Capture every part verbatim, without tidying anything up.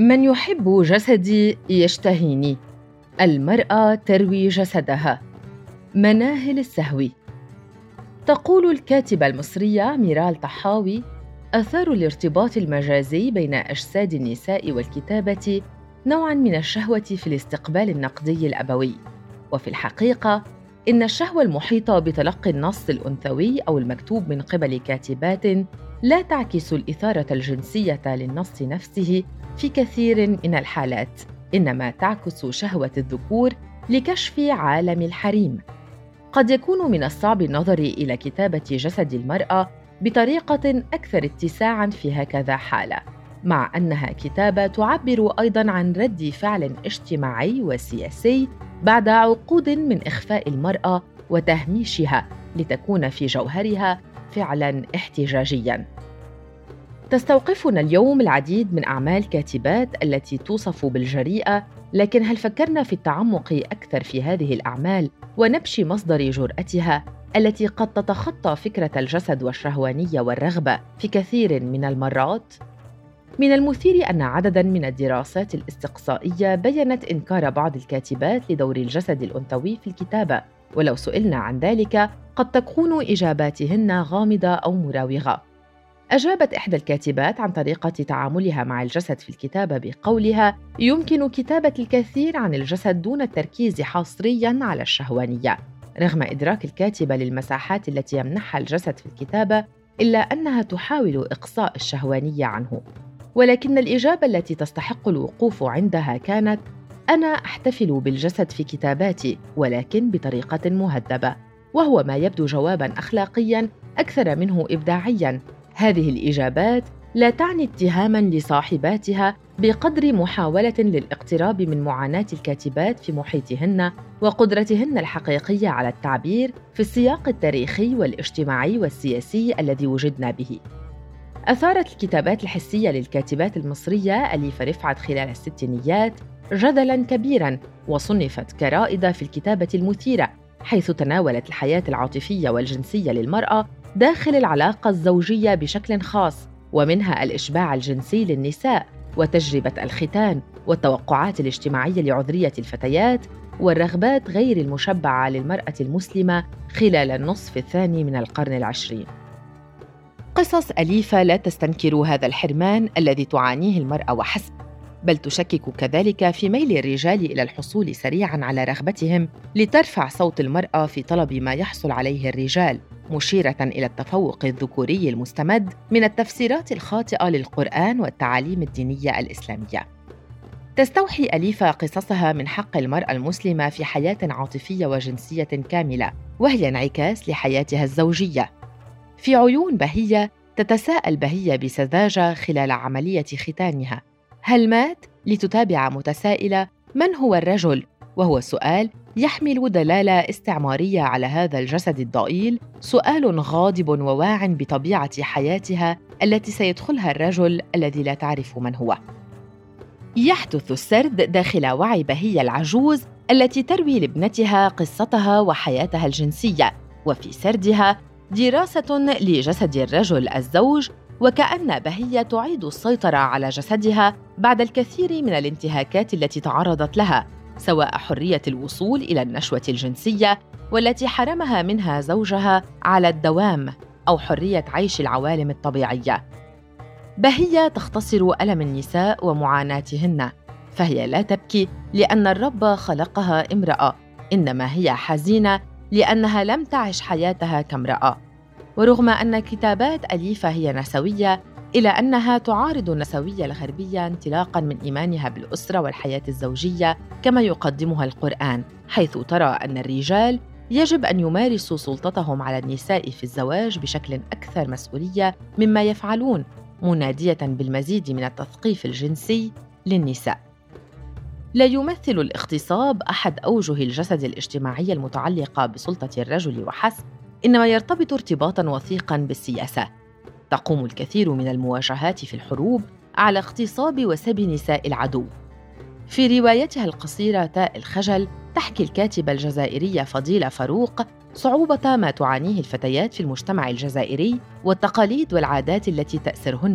من يحب جسدي يشتهيني. المرأة تروي جسدها. مناهل السهوي. تقول الكاتبة المصرية ميرال طحاوي: آثار الارتباط المجازي بين أجساد النساء والكتابة نوع من الشهوة في الاستقبال النقدي الأبوي. وفي الحقيقة إن الشهوة المحيطة بتلقي النص الأنثوي أو المكتوب من قبل كاتبات لا تعكس الإثارة الجنسية للنص نفسه في كثير من الحالات، إنما تعكس شهوة الذكور لكشف عالم الحريم. قد يكون من الصعب النظر إلى كتابة جسد المرأة بطريقة أكثر اتساعاً في هكذا حالة، مع أنها كتابة تعبر أيضاً عن رد فعل اجتماعي وسياسي بعد عقود من إخفاء المرأة وتهميشها لتكون في جوهرها فعلاً احتجاجياً. تستوقفنا اليوم العديد من أعمال كاتبات التي توصف بالجريئة، لكن هل فكرنا في التعمق أكثر في هذه الأعمال ونبش مصدر جرأتها التي قد تتخطى فكرة الجسد والشهوانية والرغبة في كثير من المرات؟ من المثير أن عدداً من الدراسات الاستقصائية بيّنت إنكار بعض الكاتبات لدور الجسد الأنثوي في الكتابة، ولو سئلنا عن ذلك قد تكون إجاباتهن غامضة أو مراوغة. أجابت إحدى الكاتبات عن طريقة تعاملها مع الجسد في الكتابة بقولها: يمكن كتابة الكثير عن الجسد دون التركيز حصرياً على الشهوانية. رغم إدراك الكاتبة للمساحات التي يمنحها الجسد في الكتابة، إلا أنها تحاول إقصاء الشهوانية عنه. ولكن الإجابة التي تستحق الوقوف عندها كانت: أنا أحتفل بالجسد في كتاباتي، ولكن بطريقة مهذبة، وهو ما يبدو جواباً أخلاقياً أكثر منه إبداعياً. هذه الإجابات لا تعني اتهاماً لصاحباتها بقدر محاولة للاقتراب من معاناة الكاتبات في محيطهن وقدرتهن الحقيقية على التعبير في السياق التاريخي والاجتماعي والسياسي الذي وجدنا به. أثارت الكتابات الحسية للكاتبات المصرية أليفة رفعت خلال الستينيات جدلاً كبيراً، وصنفت كرائدة في الكتابة المثيرة، حيث تناولت الحياة العاطفية والجنسية للمرأة داخل العلاقة الزوجية بشكل خاص، ومنها الإشباع الجنسي للنساء، وتجربة الختان، والتوقعات الاجتماعية لعذرية الفتيات، والرغبات غير المشبعة للمرأة المسلمة خلال النصف الثاني من القرن العشرين. قصص أليفة لا تستنكر هذا الحرمان الذي تعانيه المرأة وحسب، بل تشكك كذلك في ميل الرجال إلى الحصول سريعاً على رغبتهم لترفع صوت المرأة في طلب ما يحصل عليه الرجال، مشيرة إلى التفوق الذكوري المستمد من التفسيرات الخاطئة للقرآن والتعاليم الدينية الإسلامية. تستوحي أليفة قصصها من حق المرأة المسلمة في حياة عاطفية وجنسية كاملة، وهي انعكاس لحياتها الزوجية. في عيون بهية تتساءل بهية بسذاجة خلال عملية ختانها: هل مات؟ لتتابع متسائلة: من هو الرجل؟ وهو سؤال يحمل دلالة استعمارية على هذا الجسد الضئيل، سؤال غاضب وواع بطبيعة حياتها التي سيدخلها الرجل الذي لا تعرف من هو. يحدث السرد داخل وعي بهية العجوز التي تروي لابنتها قصتها وحياتها الجنسية، وفي سردها دراسة لجسد الرجل الزوج، وكأن بهية تعيد السيطرة على جسدها بعد الكثير من الانتهاكات التي تعرضت لها، سواء حرية الوصول إلى النشوة الجنسية والتي حرمها منها زوجها على الدوام، أو حرية عيش العوالم الطبيعية. بهية تختصر ألم النساء ومعاناتهن، فهي لا تبكي لأن الرب خلقها امرأة، إنما هي حزينة لأنها لم تعش حياتها كامرأة. ورغم أن كتابات أليفة هي نسوية، إلا أنها تعارض النسوية الغربية انطلاقاً من إيمانها بالأسرة والحياة الزوجية كما يقدمها القرآن، حيث ترى أن الرجال يجب أن يمارسوا سلطتهم على النساء في الزواج بشكل أكثر مسؤولية مما يفعلون، منادية بالمزيد من التثقيف الجنسي للنساء. لا يمثل الاغتصاب أحد أوجه الجسد الاجتماعية المتعلقة بسلطة الرجل وحسب، إنما يرتبط ارتباطاً وثيقاً بالسياسة. تقوم الكثير من المواجهات في الحروب على اغتصاب وسبي نساء العدو. في روايتها القصيرة تاء الخجل تحكي الكاتبة الجزائرية فضيلة فاروق صعوبة ما تعانيه الفتيات في المجتمع الجزائري والتقاليد والعادات التي تأسرهن،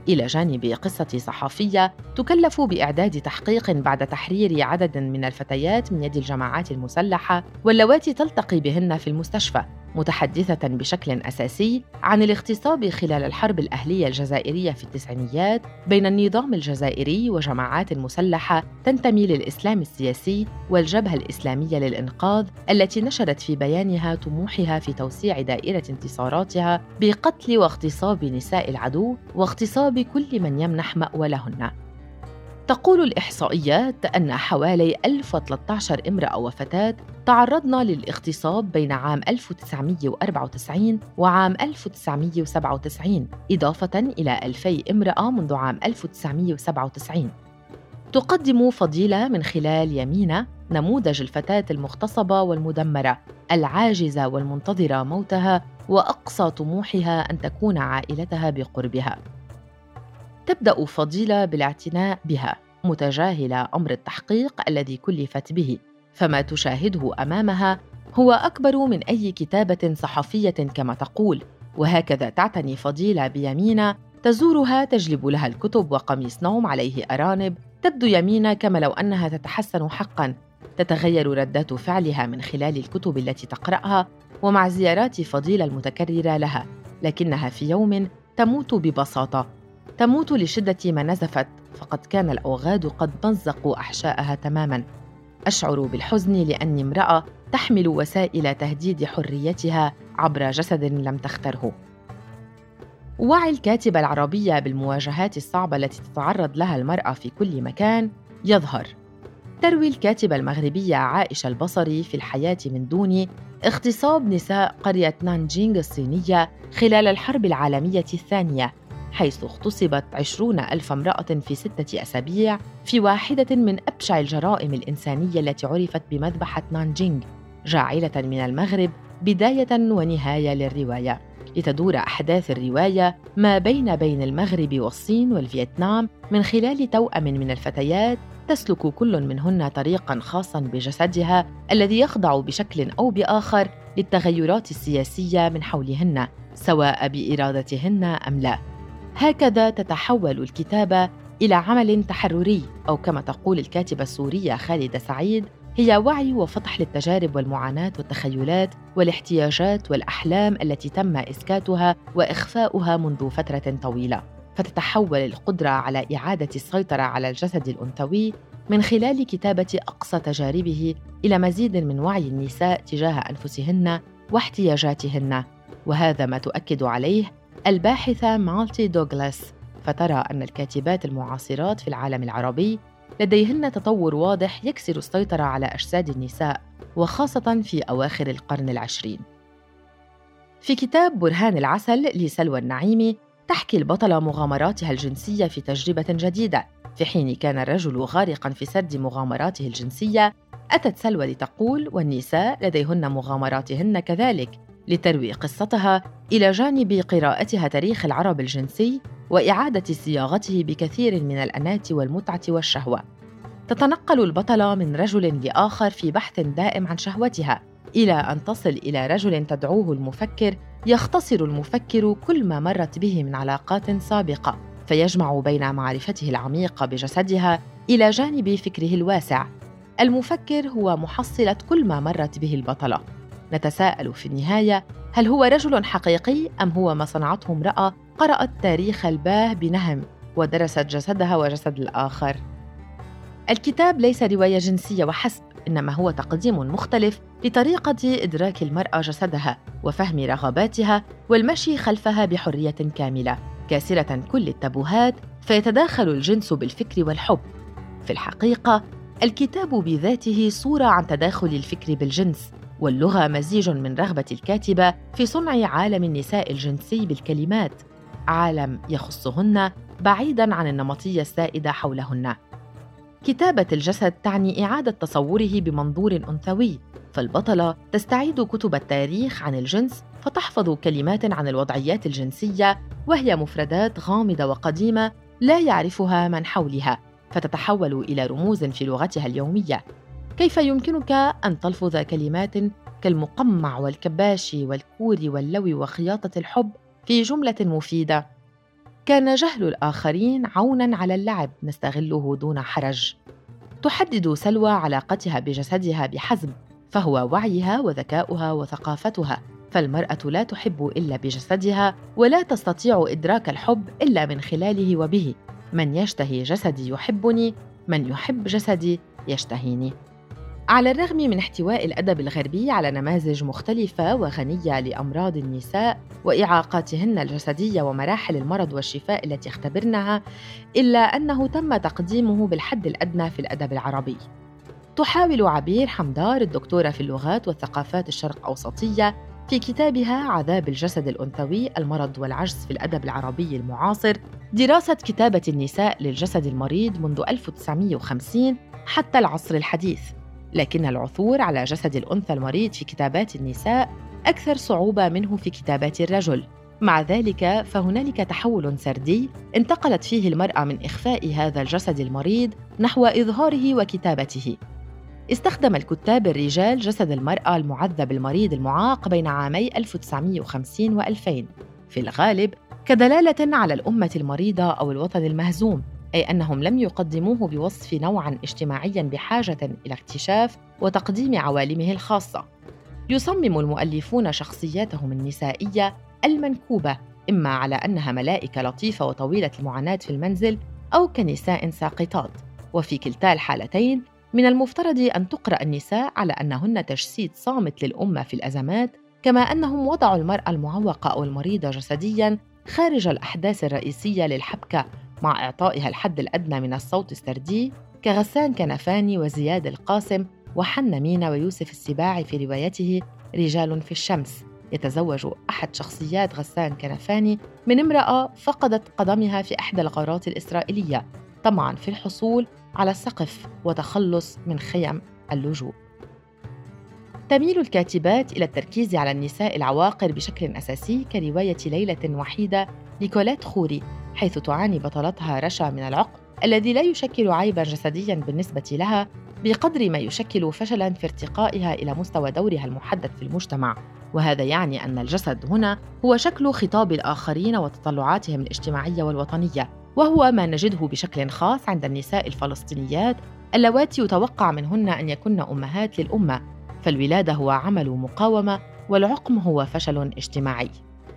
إلى جانب قصة صحفية تكلف بإعداد تحقيق بعد تحرير عدد من الفتيات من يد الجماعات المسلحة واللواتي تلتقي بهن في المستشفى، متحدثة بشكل أساسي عن الاغتصاب خلال الحرب الأهلية الجزائرية في التسعينيات بين النظام الجزائري وجماعات مسلحة تنتمي للإسلام السياسي والجبهة الإسلامية للإنقاذ، التي نشرت في بيانها طموحها في توسيع دائرة انتصاراتها بقتل واغتصاب نساء العدو واغتصاب كل من يمنح مأوى لهن. تقول الإحصائيات أن حوالي ألف وثلاثة عشر امرأة وفتاة تعرضن للاغتصاب بين عام ألف وتسعمائة وأربعة وتسعين وعام ألف وتسعمائة وسبعة وتسعين، إضافة إلى ألفي امرأة منذ عام ألف وتسعمائة وسبعة وتسعين. تقدم فضيلة من خلال يمينة نموذج الفتاة المغتصبة والمدمرة العاجزة والمنتظرة موتها وأقصى طموحها أن تكون عائلتها بقربها. تبدأ فضيلة بالاعتناء بها متجاهلة أمر التحقيق الذي كلفت به، فما تشاهده أمامها هو أكبر من أي كتابة صحفية كما تقول، وهكذا تعتني فضيلة بيمينة تزورها تجلب لها الكتب وقميص نوم عليه أرانب. تبدو يمينة كما لو أنها تتحسن حقاً، تتغير ردات فعلها من خلال الكتب التي تقرأها ومع زيارات فضيلة المتكررة لها، لكنها في يوم تموت ببساطة، تموت لشدة ما نزفت، فقد كان الأوغاد قد مزقوا أحشائها تماماً. أشعر بالحزن لأني امرأة تحمل وسائل تهديد حريتها عبر جسد لم تختره. وعي الكاتبة العربية بالمواجهات الصعبة التي تتعرض لها المرأة في كل مكان يظهر. تروي الكاتبة المغربية عائشة البصري في الحياة من دون اغتصاب نساء قرية نانجينغ الصينية خلال الحرب العالمية الثانية، حيث اغتصبت عشرون ألف امرأة في ستة أسابيع في واحدة من أبشع الجرائم الإنسانية التي عرفت بمذبحة نانجينغ، جاعلة من المغرب بداية ونهاية للرواية. لتدور أحداث الرواية ما بين بين المغرب والصين والفيتنام من خلال توأم من الفتيات تسلك كل منهن طريقاً خاصاً بجسدها الذي يخضع بشكل أو بآخر للتغيرات السياسية من حولهن، سواء بإرادتهن أم لا. هكذا تتحول الكتابة إلى عمل تحرري، أو كما تقول الكاتبة السورية خالدة سعيد، هي وعي وفتح للتجارب والمعاناة والتخيلات والاحتياجات والأحلام التي تم إسكاتها وإخفاؤها منذ فترة طويلة، فتتحول القدرة على إعادة السيطرة على الجسد الأنثوي من خلال كتابة أقصى تجاربه إلى مزيد من وعي النساء تجاه أنفسهن واحتياجاتهن. وهذا ما تؤكد عليه الباحثة مالتي دوغلاس، فترى أن الكاتبات المعاصرات في العالم العربي لديهن تطور واضح يكسر السيطرة على أجساد النساء، وخاصة في أواخر القرن العشرين. في كتاب برهان العسل لسلوى النعيمي تحكي البطلة مغامراتها الجنسية في تجربة جديدة. في حين كان الرجل غارقاً في سرد مغامراته الجنسية، أتت سلوى لتقول والنساء لديهن مغامراتهن كذلك، لتروي قصتها إلى جانب قراءتها تاريخ العرب الجنسي وإعادة صياغته بكثير من الأناة والمتعة والشهوة. تتنقل البطلة من رجل لآخر في بحث دائم عن شهوتها، إلى أن تصل إلى رجل تدعوه المفكر يختصر المفكر كل ما مرت به من علاقات سابقة، فيجمع بين معرفته العميقة بجسدها إلى جانب فكره الواسع. المفكر هو محصلة كل ما مرت به البطلة. نتساءل في النهاية، هل هو رجل حقيقي أم هو ما صنعته امرأة قرأت تاريخ الباه بنهم ودرست جسدها وجسد الآخر؟ الكتاب ليس رواية جنسية وحسب، إنما هو تقديم مختلف لطريقة إدراك المرأة جسدها وفهم رغباتها والمشي خلفها بحرية كاملة، كاسرة كل التابوهات، فيتداخل الجنس بالفكر والحب. في الحقيقة الكتاب بذاته صورة عن تداخل الفكر بالجنس، واللغة مزيج من رغبة الكاتبة في صنع عالم النساء الجنسي بالكلمات، عالم يخصهن بعيداً عن النمطية السائدة حولهن. كتابة الجسد تعني إعادة تصوره بمنظور أنثوي، فالبطلة تستعيد كتب التاريخ عن الجنس فتحفظ كلمات عن الوضعيات الجنسية، وهي مفردات غامضة وقديمة لا يعرفها من حولها، فتتحول إلى رموز في لغتها اليومية. كيف يمكنك أن تلفظ كلمات كالمقمع والكباشي والكوري واللوي وخياطة الحب في جملة مفيدة؟ كان جهل الآخرين عوناً على اللعب نستغله دون حرج. تحدد سلوى علاقتها بجسدها بحزم، فهو وعيها وذكاؤها وثقافتها، فالمرأة لا تحب إلا بجسدها ولا تستطيع إدراك الحب إلا من خلاله وبه. من يشتهي جسدي يحبني، من يحب جسدي يشتهيني. على الرغم من احتواء الأدب الغربي على نماذج مختلفة وغنية لأمراض النساء وإعاقاتهن الجسدية ومراحل المرض والشفاء التي اختبرناها، إلا أنه تم تقديمه بالحد الأدنى في الأدب العربي. تحاول عبير حمدار الدكتورة في اللغات والثقافات الشرق أوسطية في كتابها عذاب الجسد الأنثوي: المرض والعجز في الأدب العربي المعاصر دراسة كتابة النساء للجسد المريض منذ ألف وتسعمائة وخمسين حتى العصر الحديث، لكن العثور على جسد الأنثى المريض في كتابات النساء أكثر صعوبة منه في كتابات الرجل. مع ذلك فهنالك تحول سردي انتقلت فيه المرأة من إخفاء هذا الجسد المريض نحو إظهاره وكتابته. استخدم الكتاب الرجال جسد المرأة المعذب المريض المعاق بين عامي ألف وتسعمائة وخمسين وألفين في الغالب كدلالة على الأمة المريضة أو الوطن المهزوم، أي أنهم لم يقدموه بوصف نوعاً اجتماعياً بحاجة إلى اكتشاف وتقديم عوالمه الخاصة. يصمم المؤلفون شخصياتهم النسائية المنكوبة إما على أنها ملائكة لطيفة وطويلة المعاناة في المنزل أو كنساء ساقطات، وفي كلتا الحالتين من المفترض أن تقرأ النساء على أنهن تجسيد صامت للأمة في الأزمات، كما أنهم وضعوا المرأة المعوقة أو المريضة جسدياً خارج الأحداث الرئيسية للحبكة، مع إعطائها الحد الأدنى من الصوت السردي كغسان كنفاني وزياد القاسم وحنا مينا ويوسف السباعي في روايته رجال في الشمس. يتزوج أحد شخصيات غسان كنفاني من امرأة فقدت قدمها في إحدى الغارات الإسرائيلية طمعاً في الحصول على سقف وتخلص من خيم اللجوء. تميل الكاتبات إلى التركيز على النساء العواقر بشكل أساسي كرواية ليلة وحيدة لكولات خوري، حيث تعاني بطلتها رشا من العقم الذي لا يشكل عيباً جسدياً بالنسبة لها بقدر ما يشكل فشلاً في ارتقائها إلى مستوى دورها المحدد في المجتمع. وهذا يعني أن الجسد هنا هو شكل خطاب الآخرين وتطلعاتهم الاجتماعية والوطنية، وهو ما نجده بشكل خاص عند النساء الفلسطينيات اللواتي يتوقع منهن أن يكن أمهات للأمة، فالولادة هو عمل مقاومة والعقم هو فشل اجتماعي.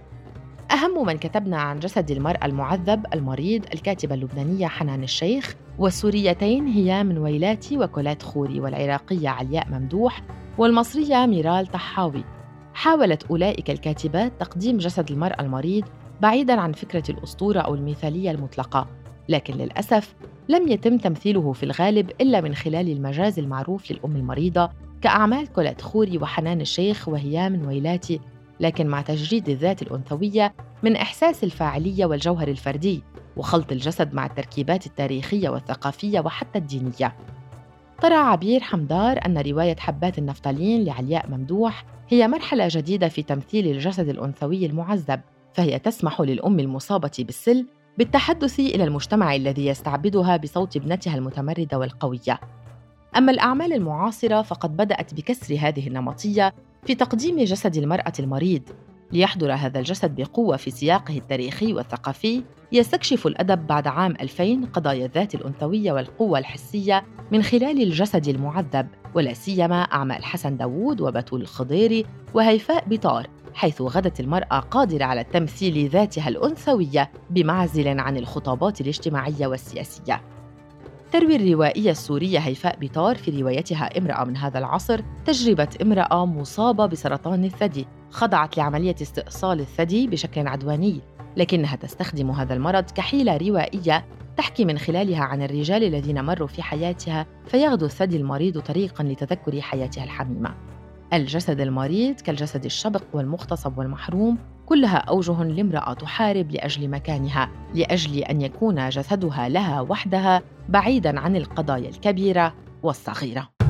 أهم من كتبنا عن جسد المرأة المعذب المريض الكاتبة اللبنانية حنان الشيخ، والسوريتين هيام نويلاتي وكولات خوري، والعراقية علياء ممدوح، والمصرية ميرال طحاوي. حاولت أولئك الكاتبات تقديم جسد المرأة المريض بعيداً عن فكرة الأسطورة أو المثالية المطلقة، لكن للأسف لم يتم تمثيله في الغالب إلا من خلال المجاز المعروف للأم المريضة كأعمال كولات خوري وحنان الشيخ وهيام نويلاتي، لكن مع تجريد الذات الأنثوية من إحساس الفاعلية والجوهر الفردي وخلط الجسد مع التركيبات التاريخية والثقافية وحتى الدينية. ترى عبير حمدار أن رواية حبات النفتالين لعلياء ممدوح هي مرحلة جديدة في تمثيل الجسد الأنثوي المعذب، فهي تسمح للأم المصابة بالسل بالتحدث إلى المجتمع الذي يستعبدها بصوت ابنتها المتمردة والقوية. أما الأعمال المعاصرة فقد بدأت بكسر هذه النمطية في تقديم جسد المرأة المريض. ليحضر هذا الجسد بقوة في سياقه التاريخي والثقافي، يستكشف الأدب بعد عام ألفين قضايا الذات الأنثوية والقوة الحسية من خلال الجسد المعذب، ولا سيما أعمال حسن داوود وبتول الخضيري وهيفاء بطار، حيث غدت المرأة قادرة على تمثيل ذاتها الأنثوية بمعزل عن الخطابات الاجتماعية والسياسية. تروي الروائية السورية هيفاء بطار في روايتها امرأة من هذا العصر تجربة امرأة مصابة بسرطان الثدي خضعت لعملية استئصال الثدي بشكل عدواني، لكنها تستخدم هذا المرض كحيلة روائية تحكي من خلالها عن الرجال الذين مروا في حياتها فيغدو الثدي المريض طريقاً لتذكر حياتها الحميمة. الجسد المريض كالجسد الشبق والمغتصب والمحروم كلها أوجه لامرأة تحارب لأجل مكانها، لأجل أن يكون جسدها لها وحدها بعيداً عن القضايا الكبيرة والصغيرة.